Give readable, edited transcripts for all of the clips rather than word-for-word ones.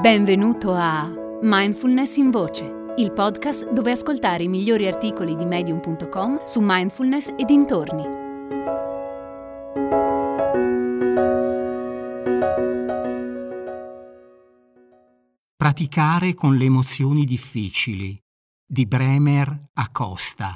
Benvenuto a Mindfulness in Voce, il podcast dove ascoltare i migliori articoli di Medium.com su mindfulness e dintorni. Praticare con le emozioni difficili di Bremer Acosta.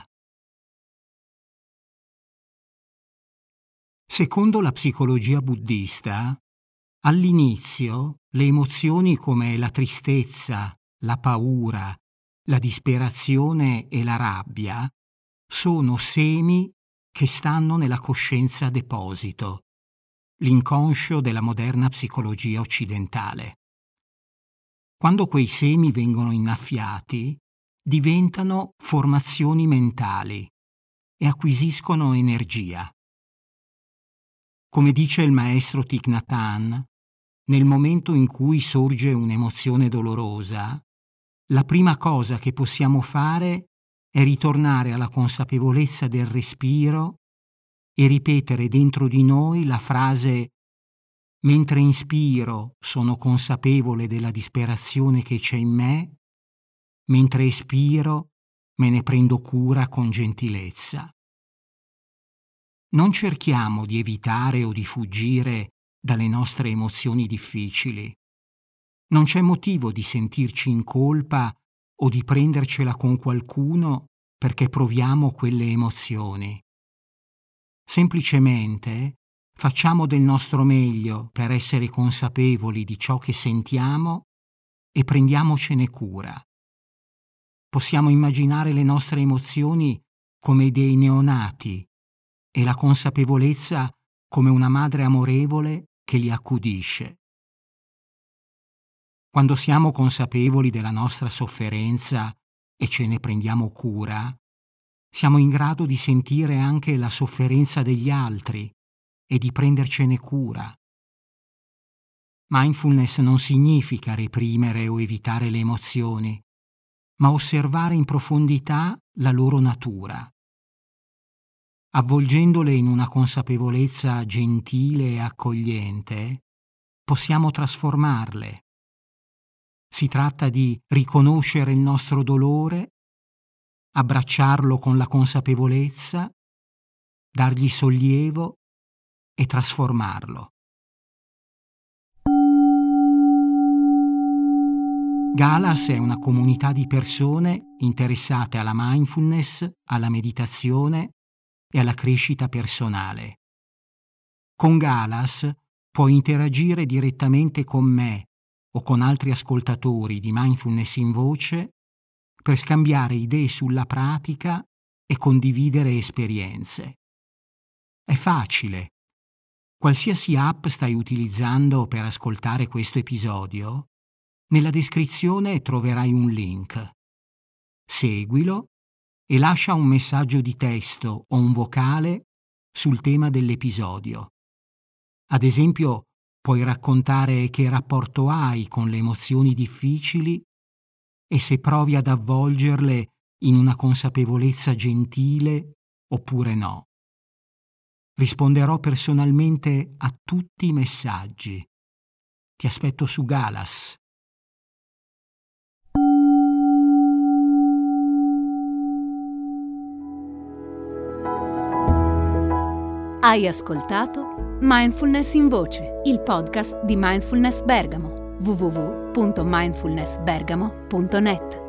Secondo la psicologia buddista, all'inizio le emozioni come la tristezza, la paura, la disperazione e la rabbia sono semi che stanno nella coscienza deposito, l'inconscio della moderna psicologia occidentale. Quando quei semi vengono innaffiati, diventano formazioni mentali e acquisiscono energia. Come dice il maestro Thich Nhat Hanh, nel momento in cui sorge un'emozione dolorosa, la prima cosa che possiamo fare è ritornare alla consapevolezza del respiro e ripetere dentro di noi la frase: mentre inspiro sono consapevole della disperazione che c'è in me, mentre espiro me ne prendo cura con gentilezza. Non cerchiamo di evitare o di fuggire dalle nostre emozioni difficili. Non c'è motivo di sentirci in colpa o di prendercela con qualcuno perché proviamo quelle emozioni. Semplicemente facciamo del nostro meglio per essere consapevoli di ciò che sentiamo e prendiamocene cura. Possiamo immaginare le nostre emozioni come dei neonati e la consapevolezza come una madre amorevole che li accudisce. Quando siamo consapevoli della nostra sofferenza e ce ne prendiamo cura, siamo in grado di sentire anche la sofferenza degli altri e di prendercene cura. Mindfulness non significa reprimere o evitare le emozioni, ma osservare in profondità la loro natura. Avvolgendole in una consapevolezza gentile e accogliente, possiamo trasformarle. Si tratta di riconoscere il nostro dolore, abbracciarlo con la consapevolezza, dargli sollievo e trasformarlo. Galas è una comunità di persone interessate alla mindfulness, alla meditazione e alla crescita personale. Con Galas puoi interagire direttamente con me o con altri ascoltatori di Mindfulness in Voce per scambiare idee sulla pratica e condividere esperienze. È facile. Qualsiasi app stai utilizzando per ascoltare questo episodio, nella descrizione troverai un link. Seguilo e lascia un messaggio di testo o un vocale sul tema dell'episodio. Ad esempio, puoi raccontare che rapporto hai con le emozioni difficili e se provi ad avvolgerle in una consapevolezza gentile oppure no. Risponderò personalmente a tutti i messaggi. Ti aspetto su Galas. Hai ascoltato Mindfulness in Voce, il podcast di Mindfulness Bergamo, www.mindfulnessbergamo.net.